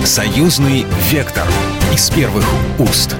Союзный вектор из первых уст.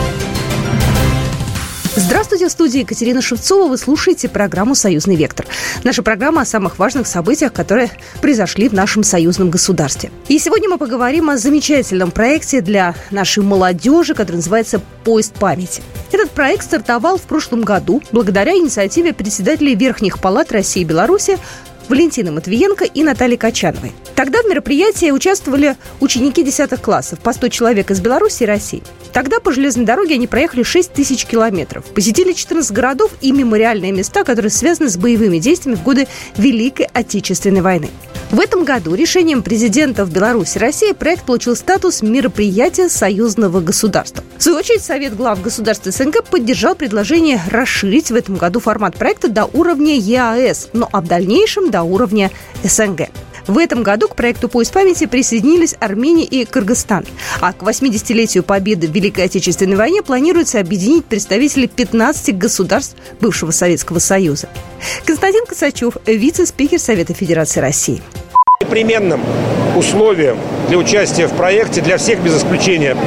Здравствуйте, в студии Екатерина Шевцова. Вы слушаете программу «Союзный вектор». Наша программа о самых важных событиях, которые произошли в нашем союзном государстве. И сегодня мы поговорим о замечательном проекте для нашей молодежи, который называется «Поезд памяти». Этот проект стартовал в прошлом году благодаря инициативе председателей Верхних палат России и Беларуси Валентины Матвиенко и Натальи Качановой. Тогда в мероприятии участвовали ученики 10 классов, по 100 человек из Беларуси и России. Тогда по железной дороге они проехали 6 тысяч километров, посетили 14 городов и мемориальные места, которые связаны с боевыми действиями в годы Великой Отечественной войны. В этом году решением президентов Беларуси и России проект получил статус мероприятия союзного государства. В свою очередь, Совет глав государств СНГ поддержал предложение расширить в этом году формат проекта до уровня ЕАЭС, но в дальнейшем до уровня СНГ. В этом году к проекту «Поезд памяти» присоединились Армения и Кыргызстан. А к 80-летию победы в Великой Отечественной войне планируется объединить представителей 15 государств бывшего Советского Союза. Константин Косачев, вице-спикер Совета Федерации России. Непременным условием для участия в проекте для всех без исключения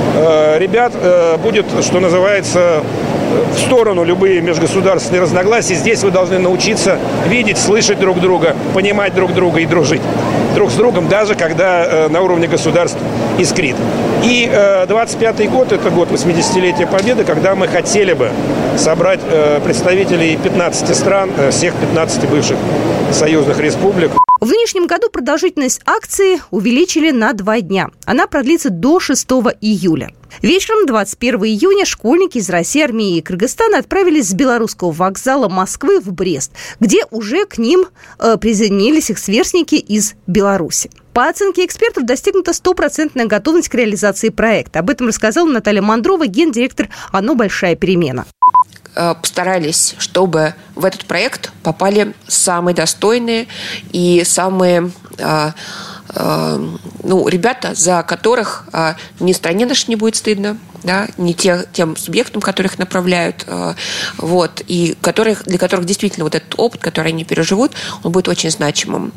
ребят будет, что называется, в сторону любые межгосударственные разногласия. Здесь вы должны научиться видеть, слышать друг друга, понимать друг друга и дружить друг с другом, даже когда на уровне государств искрит. И 25-й год – это год 80-летия Победы, когда мы хотели бы собрать представителей 15 стран, всех 15 бывших союзных республик. В нынешнем году продолжительность акции увеличили на 2 дня. Она продлится до 6 июля. Вечером 21 июня школьники из России, Армении и Кыргызстана отправились с белорусского вокзала Москвы в Брест, где уже к ним присоединились их сверстники из Беларуси. По оценке экспертов, достигнута 100% готовность к реализации проекта. Об этом рассказала Наталья Мандрова, гендиректор ОНО «Большая перемена». Постарались, чтобы в этот проект попали самые достойные и самые ребята, за которых ни стране нашей не будет стыдно, да, не тем субъектам, которых направляют, и для которых действительно вот этот опыт, который они переживут, он будет очень значимым.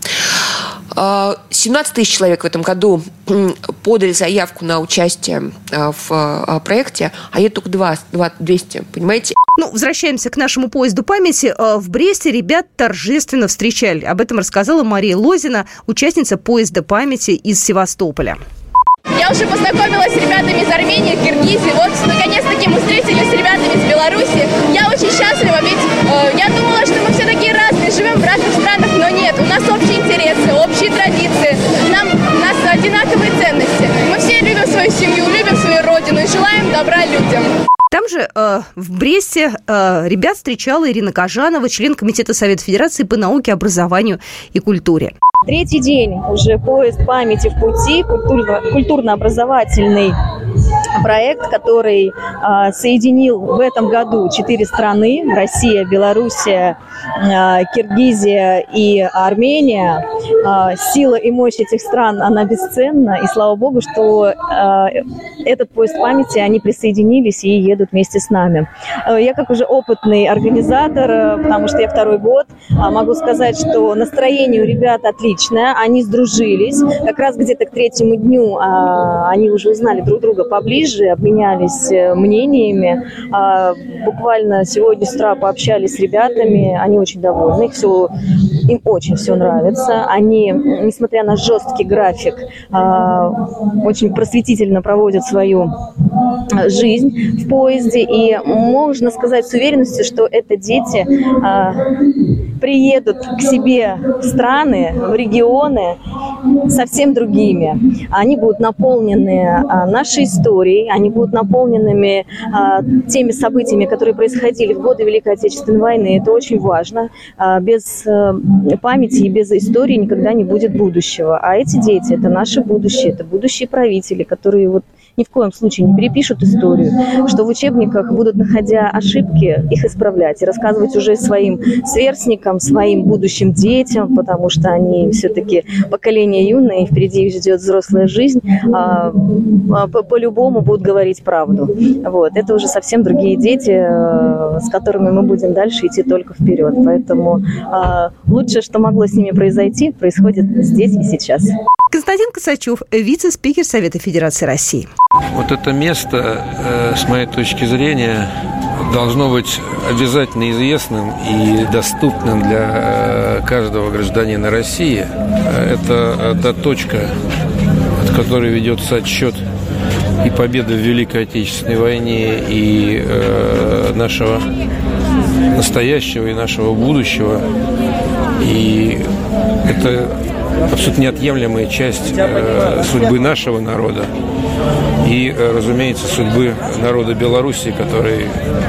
17 тысяч человек в этом году подали заявку на участие в проекте, а я только 200, понимаете? Возвращаемся к нашему поезду памяти. В Бресте ребят торжественно встречали. Об этом рассказала Мария Лозина, участница поезда памяти из Севастополя. Я уже познакомилась с ребятами из Армении, Киргизии. Вот, наконец-таки, мы встретились с ребятами из Беларуси. Я очень счастлива, ведь я думала, что мы все такие разные, живем в разных странах, но нет. У нас общие интересы, общие традиции. У нас одинаковые ценности. Мы все любим свою семью, любим свою родину и желаем добра людям. Там же в Бресте ребят встречала Ирина Кожанова, член Комитета Совета Федерации по науке, образованию и культуре. 3-й день уже поезд памяти в пути, культурно-образовательный проект, который соединил в этом году 4 страны: Россия, Белоруссия, Киргизия и Армения. Сила и мощь этих стран, она бесценна, и слава богу, что этот поезд памяти, они присоединились и едут вместе с нами. Я, как уже опытный организатор, потому что я 2-й год, могу сказать, что настроение у ребят отличное, они сдружились. Как раз где-то к 3-му дню они уже узнали друг друга поближе, обменялись мнениями. Буквально сегодня с утра пообщались с ребятами, они очень довольны, им очень все нравится. Они, несмотря на жесткий график, очень просветительно проводят свою жизнь в поезде. И можно сказать с уверенностью, что это дети приедут к себе в страны, в регионы совсем другими. Они будут наполнены нашей историей, они будут наполненными теми событиями, которые происходили в годы Великой Отечественной войны. Это очень важно. Без памяти и без истории никогда не будет будущего. А эти дети – это наше будущее, это будущие правители, которые ни в коем случае не перепишут историю, что в учебниках будут, находя ошибки, их исправлять и рассказывать уже своим сверстникам, своим будущим детям, потому что они все-таки поколение поколение юное, и впереди их ждет взрослая жизнь, по-любому будут говорить правду. Вот. Это уже совсем другие дети, с которыми мы будем дальше идти только вперед. Поэтому лучшее, что могло с ними произойти, происходит здесь и сейчас. Константин Косачев, вице-спикер Совета Федерации России. Вот это место, с моей точки зрения, должно быть обязательно известным и доступным для каждого гражданина России. Это та точка, от которой ведется отсчет и победы в Великой Отечественной войне, и нашего настоящего, и нашего будущего. И это абсолютно неотъемлемая часть судьбы нашего народа и, разумеется, судьбы народа Беларуси, который,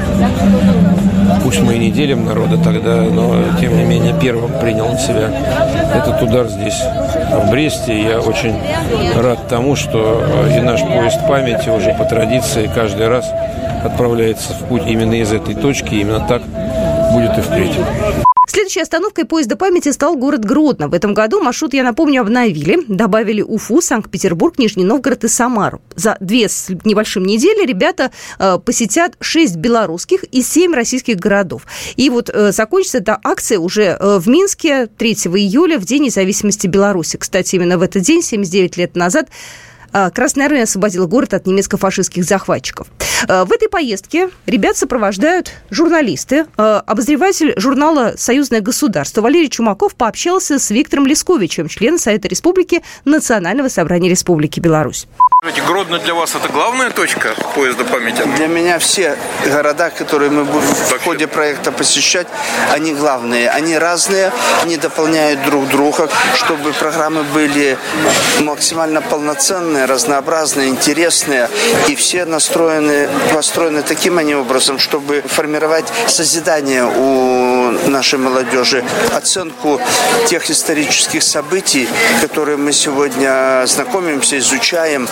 пусть мы и не делим народа тогда, но, тем не менее, первым принял на себя этот удар здесь, в Бресте. Я очень рад тому, что и наш поезд памяти уже по традиции каждый раз отправляется в путь именно из этой точки, и именно так будет и впредь. Следующей остановкой поезда памяти стал город Гродно. В этом году маршрут, я напомню, обновили. Добавили Уфу, Санкт-Петербург, Нижний Новгород и Самару. За 2 с небольшим недели ребята посетят 6 белорусских и 7 российских городов. И вот закончится эта акция уже в Минске 3 июля, в День независимости Беларуси. Кстати, именно в этот день, 79 лет назад, Красная Армия освободила город от немецко-фашистских захватчиков. В этой поездке ребят сопровождают журналисты. Обозреватель журнала «Союзное государство» Валерий Чумаков пообщался с Виктором Лесковичем, членом Совета Республики Национального собрания Республики Беларусь. Гродно для вас это главная точка поезда памяти? Для меня все города, которые мы будем в ходе проекта посещать, они главные. Они разные, они дополняют друг друга, чтобы программы были максимально полноценные, разнообразные, интересные. И все построены таким образом, чтобы формировать созидание у нашей молодежи, оценку тех исторических событий, которые мы сегодня знакомимся, изучаем.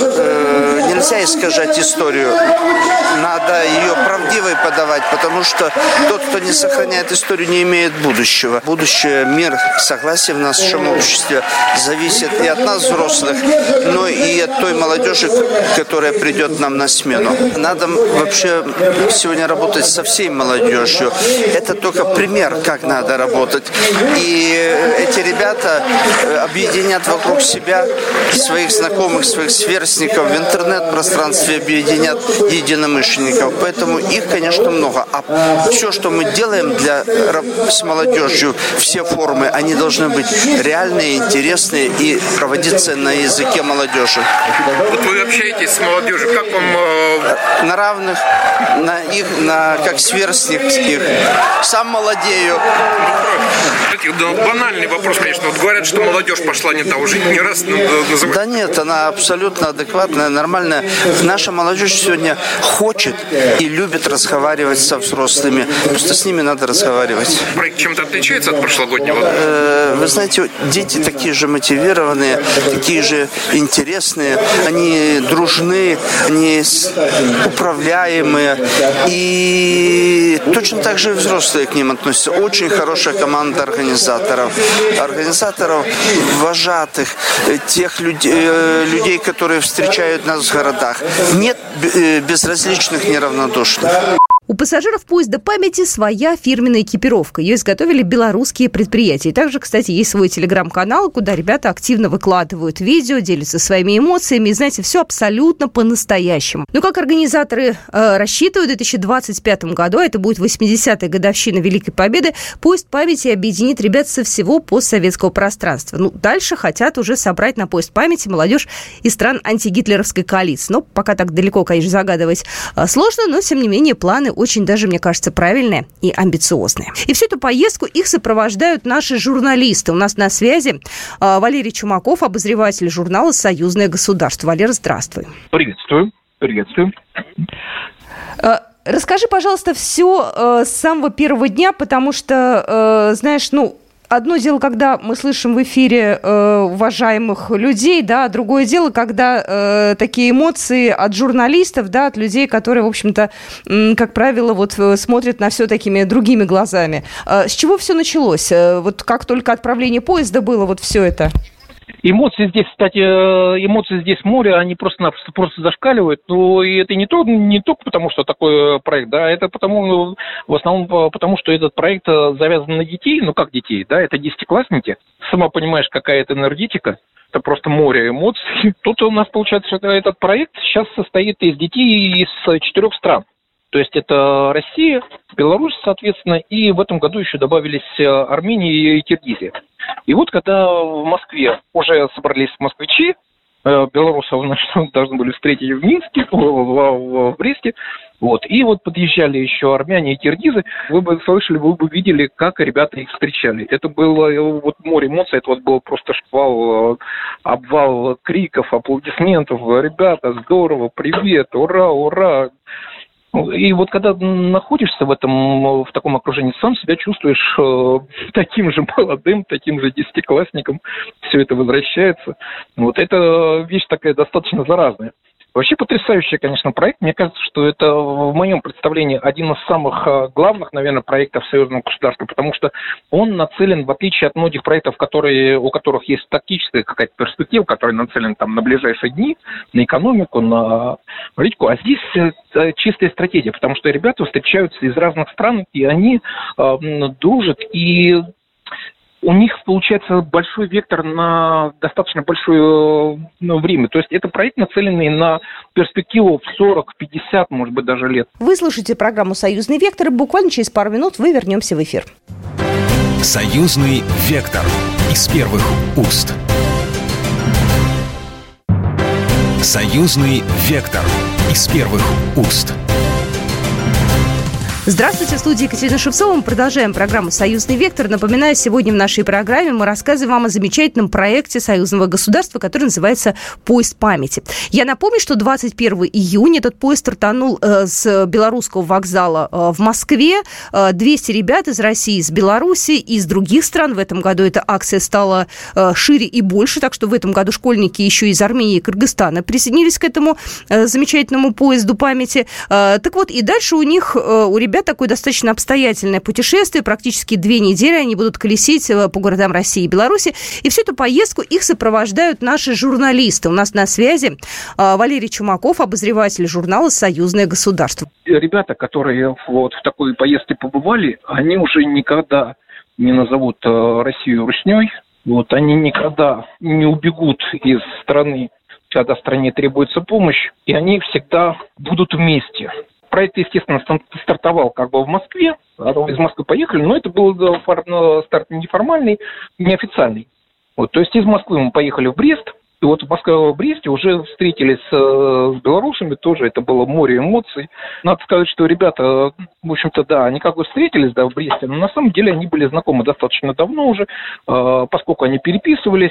Нельзя искажать историю. Надо ее правдивой подавать, потому что тот, кто не сохраняет историю, не имеет будущего. Будущее, мир, согласие в нашем обществе зависит и от нас, взрослых, но и от той молодежи, которая придет нам на смену. Надо вообще сегодня работать со всей молодежью. Это только пример, как надо работать. И эти ребята объединят вокруг себя своих знакомых, своих сверстников, в интернет-пространстве объединят единомышленников. Поэтому их, конечно, много. А все, что мы делаем с молодежью, все формы, они должны быть реальные, интересные и проводиться на языке молодежи. Вот вы общаетесь с молодежью, как вам... На равных, как сверстник их. Сам молодею. Банальный вопрос, конечно. Вот говорят, что молодежь пошла не та, уже не раз называют. Да нет, она абсолютно адекватная, нормальная. Наша молодежь сегодня хочет и любит разговаривать со взрослыми. Просто с ними надо разговаривать. Проект чем-то отличается от прошлогоднего? Вы знаете, дети такие же мотивированные, такие же интересные. Они дружны, они управляемые. И точно так же и взрослые к ним относятся. Очень хорошая команда организаторов, вожатых, тех людей, которые встречают нас в городах. Нет безразличных, неравнодушных. У пассажиров поезда памяти своя фирменная экипировка. Ее изготовили белорусские предприятия. И также, кстати, есть свой телеграм-канал, куда ребята активно выкладывают видео, делятся своими эмоциями. И, знаете, все абсолютно по-настоящему. Но как организаторы рассчитывают, в 2025 году, это будет 80-я годовщина Великой Победы, поезд памяти объединит ребят со всего постсоветского пространства. Дальше хотят уже собрать на поезд памяти молодежь из стран антигитлеровской коалиции. Но пока так далеко, конечно, загадывать сложно, но, тем не менее, планы очень даже, мне кажется, правильные и амбициозные. И всю эту поездку их сопровождают наши журналисты. У нас на связи Валерий Чумаков, обозреватель журнала «Союзное государство». Валера, здравствуй. Приветствую. Расскажи, пожалуйста, все с самого первого дня, потому что, знаешь, одно дело, когда мы слышим в эфире уважаемых людей, да, а другое дело, когда такие эмоции от журналистов, да, от людей, которые, в общем-то, как правило, смотрят на все такими другими глазами. С чего все началось? Вот как только отправление поезда было, все это? Эмоции здесь, кстати, море, они просто зашкаливают. Но и это не только потому, что такой проект, да, это в основном потому, что этот проект завязан на детей. Ну, как детей, да, это 10-классники. Сама понимаешь, какая это энергетика. Это просто море эмоций. Тут у нас, получается, что этот проект сейчас состоит из детей из 4 стран. То есть это Россия, Беларусь, соответственно, и в этом году еще добавились Армения и Киргизия. И вот когда в Москве уже собрались москвичи, белорусов должны были встретить в Минске, в Бресте, вот, и вот подъезжали еще армяне и киргизы, вы бы слышали, вы бы видели, как ребята их встречали. Это было вот море эмоций, это вот был просто шквал, обвал криков, аплодисментов. Ребята, здорово, привет, ура, ура. И вот когда находишься в таком окружении, сам себя чувствуешь таким же молодым, таким же 10-классником, все это возвращается. Вот это вещь такая достаточно заразная. Вообще потрясающий, конечно, проект. Мне кажется, что это в моем представлении один из самых главных, наверное, проектов союзного государства, потому что он нацелен, в отличие от многих проектов, у которых есть тактическая какая-то перспектива, которая нацелена там на ближайшие дни, на экономику, на политику, а здесь чистая стратегия, потому что ребята встречаются из разных стран, и они дружат, и у них получается большой вектор на достаточно большое время. То есть это проект, нацеленный на перспективу в 40, 50, может быть, даже лет. Вы слушаете программу «Союзный вектор», и буквально через пару минут мы вернемся в эфир. «Союзный вектор» из первых уст. «Союзный вектор» из первых уст. Здравствуйте, в студии Екатерина Шевцова. Мы продолжаем программу «Союзный вектор». Напоминаю, сегодня в нашей программе мы рассказываем вам о замечательном проекте союзного государства, который называется «Поезд памяти». Я напомню, что 21 июня этот поезд стартанул с белорусского вокзала в Москве. 200 ребят из России, из Беларуси и из других стран. В этом году эта акция стала шире и больше, так что в этом году школьники еще из Армении и Кыргызстана присоединились к этому замечательному поезду памяти. Так вот, и дальше у ребят такое достаточно обстоятельное путешествие. Практически 2 недели они будут колесить по городам России и Беларуси. И всю эту поездку их сопровождают наши журналисты. У нас на связи Валерий Чумаков, обозреватель журнала «Союзное государство». Ребята, которые вот в такой поездке побывали, они уже никогда не назовут Россию русней. Вот, они никогда не убегут из страны, когда стране требуется помощь. И они всегда будут вместе. Проект, естественно, стартовал как бы в Москве, из Москвы поехали, но это был старт неформальный, неофициальный. Вот, то есть из Москвы мы поехали в Брест, и вот в Москве, в Бресте уже встретились с белорусами, тоже это было море эмоций. Надо сказать, что ребята, в общем-то, да, они как бы встретились, да, в Бресте, но на самом деле они были знакомы достаточно давно уже, поскольку они переписывались,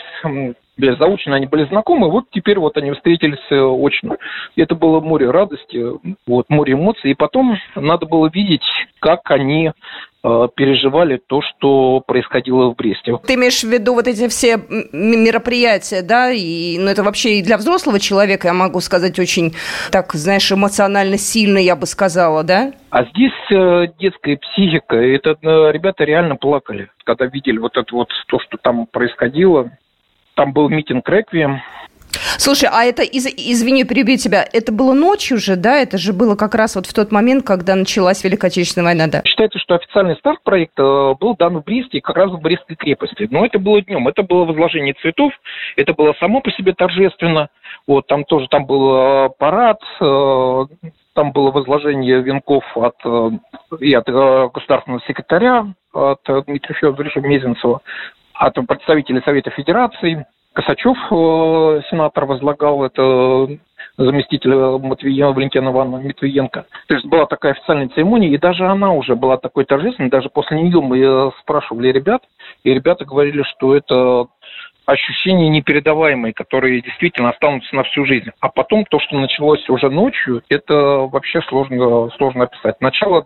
заочно они были знакомы, вот теперь вот они встретились очно. И это было море радости, вот, море эмоций. И потом надо было видеть, как они переживали то, что происходило в Бресте. Ты имеешь в виду вот эти все мероприятия, да? Это вообще и для взрослого человека, я могу сказать, очень, так, знаешь, эмоционально сильно, я бы сказала, да? А здесь детская психика. Ребята реально плакали, когда видели вот это вот то, что там происходило. Там был митинг «Реквием». Слушай, а это, извини, перебью тебя, это было ночью же, да? Это же было как раз вот в тот момент, когда началась Великая Отечественная война, да? Считается, что официальный старт проекта был дан в Бресте, как раз в Брестской крепости. Но это было днем, это было возложение цветов, это было само по себе торжественно. Вот, там был парад, там было возложение венков от государственного секретаря, от Дмитрия Федоровича Мезенцева, от представителей Совета Федерации. Косачев, сенатор, возлагал, это заместитель Валентина Ивановна Матвиенко. То есть была такая официальная церемония, и даже она уже была такой торжественной. Даже после нее мы спрашивали ребят, и ребята говорили, что это ощущения непередаваемые, которые действительно останутся на всю жизнь. А потом то, что началось уже ночью, это вообще сложно описать. Начало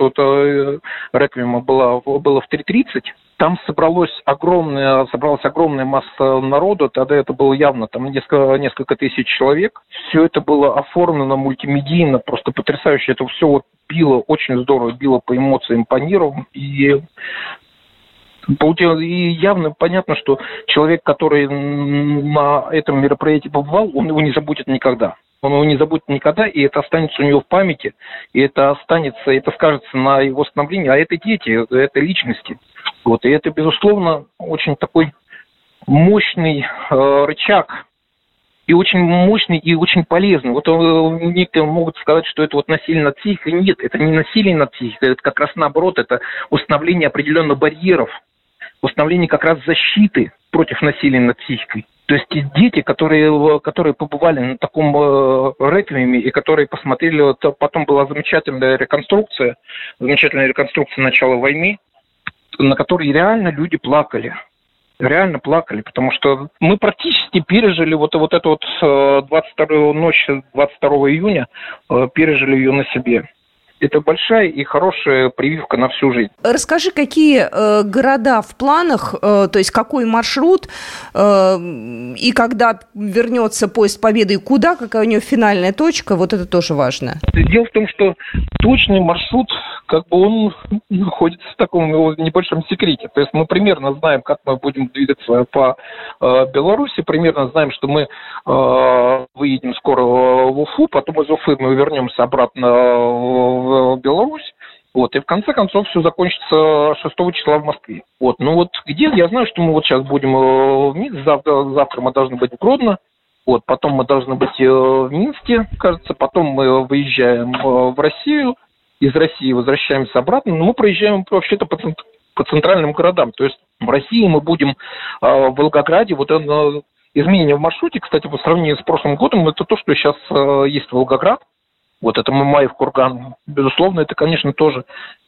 реквиема было в 3:30. Там собралась огромная масса народа, тогда это было явно там несколько тысяч человек. Все это было оформлено мультимедийно, просто потрясающе. Это все вот било, очень здорово било по эмоциям, по нервам. И И явно понятно, что человек, который на этом мероприятии побывал, он его не забудет никогда. Он его не забудет никогда, и это останется у него в памяти, и это останется, это скажется на его становлении. А это дети, это личности. Вот. И это, безусловно, очень такой мощный рычаг, и очень мощный, и очень полезный. Вот некоторые могут сказать, что это вот насилие над психикой. Нет, это не насилие над психикой, это как раз наоборот, это установление определенных барьеров, установление как раз защиты против насилия над психикой. То есть дети, которые побывали на таком реквиеме и которые посмотрели, вот, потом была замечательная реконструкция начала войны, на которой реально люди плакали. Реально плакали, потому что мы практически пережили вот эту вот 22-ю ночь 22 июня, пережили ее на себе. Это большая и хорошая прививка на всю жизнь. Расскажи, какие города в планах, то есть какой маршрут, и когда вернется поезд Победы, и куда, какая у него финальная точка, вот это тоже важно. Дело в том, что точный маршрут, как бы он находится в таком небольшом секрете. То есть мы примерно знаем, как мы будем двигаться по Беларуси, примерно знаем, что мы выедем скоро в Уфу, потом из Уфы мы вернемся обратно в Беларусь, вот, и в конце концов все закончится 6 числа в Москве. Вот, ну вот где, я знаю, что мы вот сейчас будем в Минске, завтра мы должны быть в Гродно, вот, потом мы должны быть в Минске, кажется, потом мы выезжаем в Россию, из России возвращаемся обратно, но мы проезжаем вообще-то по центральным городам, то есть в России мы будем в Волгограде, вот это изменение в маршруте, кстати, по сравнению с прошлым годом, это то, что сейчас есть Волгоград. Вот это Мамаев курган. Безусловно, это, конечно, тоже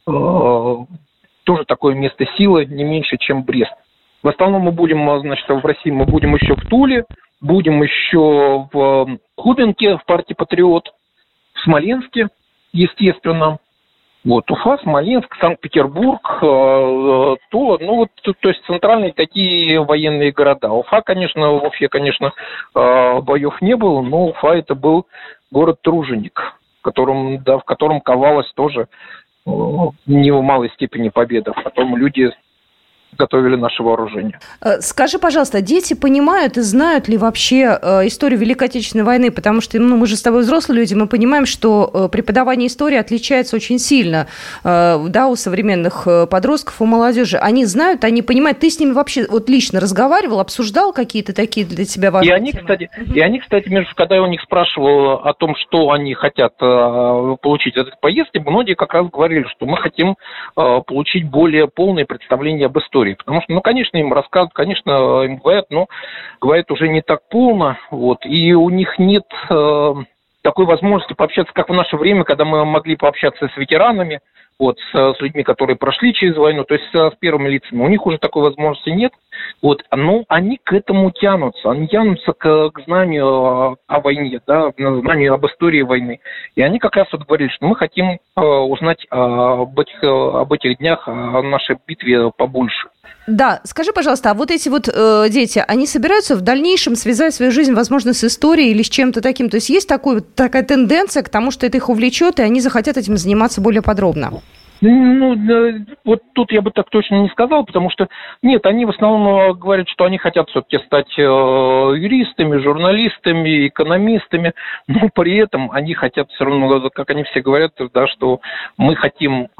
такое место силы, не меньше, чем Брест. В основном мы будем, значит, в России мы будем еще в Туле, будем еще в Кубинке, в партии «Патриот», в Смоленске, естественно. Вот, Уфа, Смоленск, Санкт-Петербург, Тула, ну вот, то есть центральные такие военные города. Уфа, конечно, в Уфе, конечно, боев не было, но Уфа это был город-труженик, в котором ковалась тоже не в малой степени победа, в котором люди готовили наше вооружение. Скажи, пожалуйста, дети понимают и знают ли вообще историю Великой Отечественной войны? Потому что мы же с тобой взрослые люди, мы понимаем, что преподавание истории отличается очень сильно, да, у современных подростков, у молодежи. Они знают, они понимают. Ты с ними вообще вот лично разговаривал, обсуждал какие-то такие для тебя важные темы? И они, кстати, когда я у них спрашивал о том, что они хотят получить от этой поездки, многие как раз говорили, что мы хотим получить более полное представление об истории. Потому что, конечно, им рассказывают, конечно, им говорят, но говорят уже не так полно, вот, и у них нет такой возможности пообщаться, как в наше время, когда мы могли пообщаться с ветеранами, вот, с людьми, которые прошли через войну, то есть с первыми лицами. У них уже такой возможности нет, вот, но они к этому тянутся, они тянутся к знанию о войне, да, к знанию об истории войны. И они как раз вот говорили, что мы хотим узнать об этих днях, о нашей битве побольше. Да, скажи, пожалуйста, а вот эти вот дети, они собираются в дальнейшем связать свою жизнь, возможно, с историей или с чем-то таким? То есть есть такая тенденция к тому, что это их увлечет, и они захотят этим заниматься более подробно? Ну, вот тут я бы так точно не сказал, потому что, нет, они в основном говорят, что они хотят все-таки стать юристами, журналистами, экономистами, но при этом они хотят все равно, как они все говорят, да, что мы хотим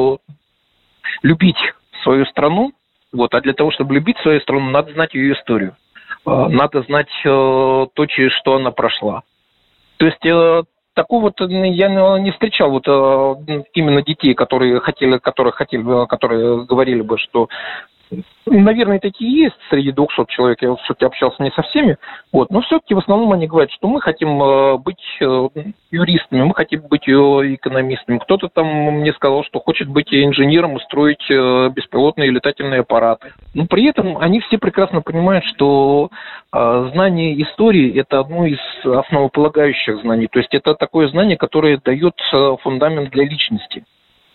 любить свою страну, вот, а для того, чтобы любить свою страну, надо знать ее историю, надо знать то, через что она прошла. То есть такого вот я не встречал вот именно детей, которые говорили бы, что, наверное, такие есть среди 200 человек, я все-таки общался не со всеми, вот, но все-таки в основном они говорят, что мы хотим быть юристами, мы хотим быть экономистами. Кто-то там мне сказал, что хочет быть инженером и строить беспилотные летательные аппараты. Но при этом они все прекрасно понимают, что знание истории – это одно из основополагающих знаний. То есть это такое знание, которое дает фундамент для личности.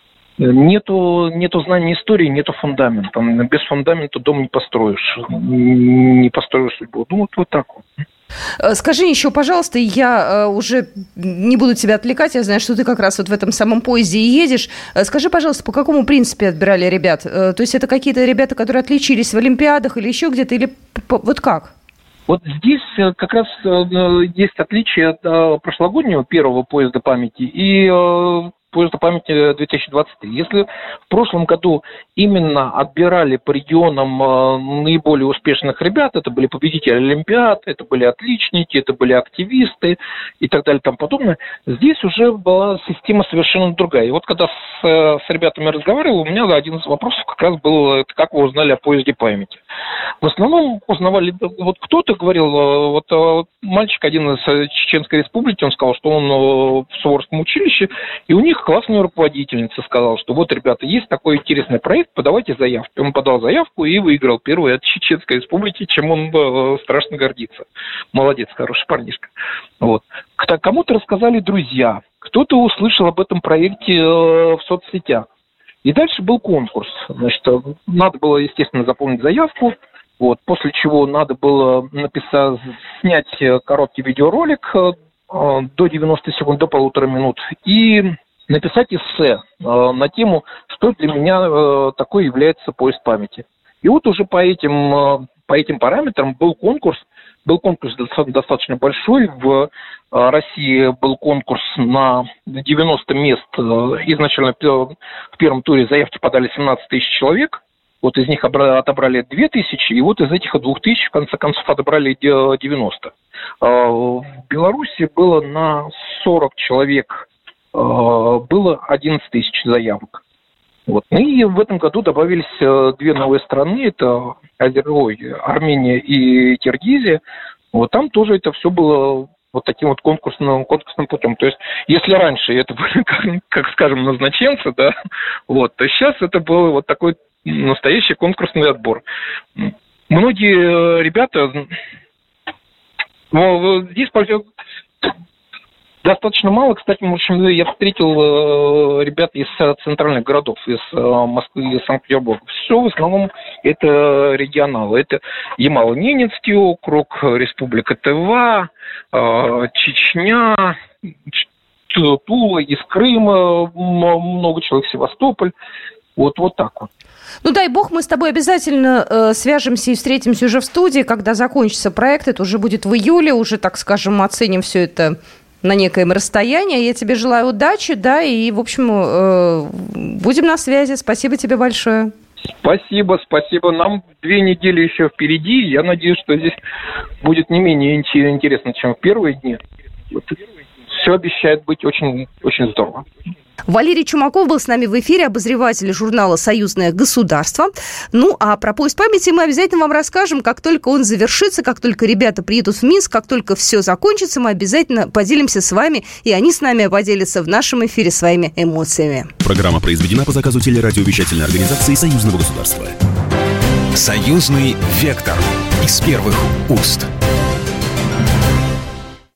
Нету знания истории, нету фундамента. Без фундамента дом не построишь. Не построишь судьбу. Ну, вот так вот. Скажи еще, пожалуйста, я уже не буду тебя отвлекать, я знаю, что ты как раз вот в этом самом поезде и едешь. Скажи, пожалуйста, по какому принципу отбирали ребят? То есть это какие-то ребята, которые отличились в Олимпиадах или еще где-то, или вот как? Вот здесь как раз есть отличие от прошлогоднего первого поезда памяти и поезда памяти 2023. Если в прошлом году именно отбирали по регионам наиболее успешных ребят, это были победители Олимпиад, это были отличники, это были активисты и так далее и тому подобное, здесь уже была система совершенно другая. И вот когда с ребятами разговаривал, у меня один из вопросов как раз был, как вы узнали о поезде памяти. В основном узнавали, вот кто-то говорил, вот мальчик один из Чеченской Республики, он сказал, что он в Суворовском училище, и у них классная руководительница сказала, что вот, ребята, есть такой интересный проект, подавайте заявку. Он подал заявку и выиграл первый от Чеченской Республики, чем он страшно гордится. Молодец, хороший парнишка. Вот. Кому-то рассказали друзья, кто-то услышал об этом проекте в соцсетях. И дальше был конкурс. Значит, надо было, естественно, заполнить заявку, вот, после чего надо было снять короткий видеоролик до 90 секунд, до 1,5 минут, и написать эссе на тему, что для меня такое является поезд памяти. И вот уже по этим параметрам был конкурс. Был конкурс достаточно большой. В России был конкурс на 90 мест. Изначально в первом туре заявки подали 17 тысяч человек. Вот из них отобрали 2000, и вот из этих 2000 в конце концов отобрали 90. В Беларуси было на 40 человек, было 11 тысяч заявок. Вот. И в этом году добавились две новые страны, это Армения и Киргизия. Вот там тоже это все было вот таким вот конкурсным путем. То есть, если раньше это были, как скажем, назначенцы, да, вот, то сейчас это был вот такой настоящий конкурсный отбор. Многие ребята, здесь достаточно мало. Кстати, в общем, я встретил ребят из центральных городов, из Москвы и Санкт-Петербурга. Все в основном это регионалы. Это Ямало-Ненецкий округ, Республика Тыва, Чечня, Тула, из Крыма много человек, Севастополь. Вот так вот. Ну, дай бог, мы с тобой обязательно свяжемся и встретимся уже в студии, когда закончится проект. Это уже будет в июле, уже, так скажем, оценим все это на некоем расстоянии. Я тебе желаю удачи, да, и, в общем, будем на связи. Спасибо тебе большое. Спасибо. Нам 2 недели еще впереди. Я надеюсь, что здесь будет не менее интересно, чем в первые дни. Все обещает быть очень, очень здорово. Валерий Чумаков был с нами в эфире, обозреватель журнала «Союзное государство». Ну, а про поезд памяти мы обязательно вам расскажем, как только он завершится, как только ребята приедут в Минск, как только все закончится, мы обязательно поделимся с вами, и они с нами поделятся в нашем эфире своими эмоциями. Программа произведена по заказу телерадиовещательной организации Союзного государства. Союзный вектор из первых уст.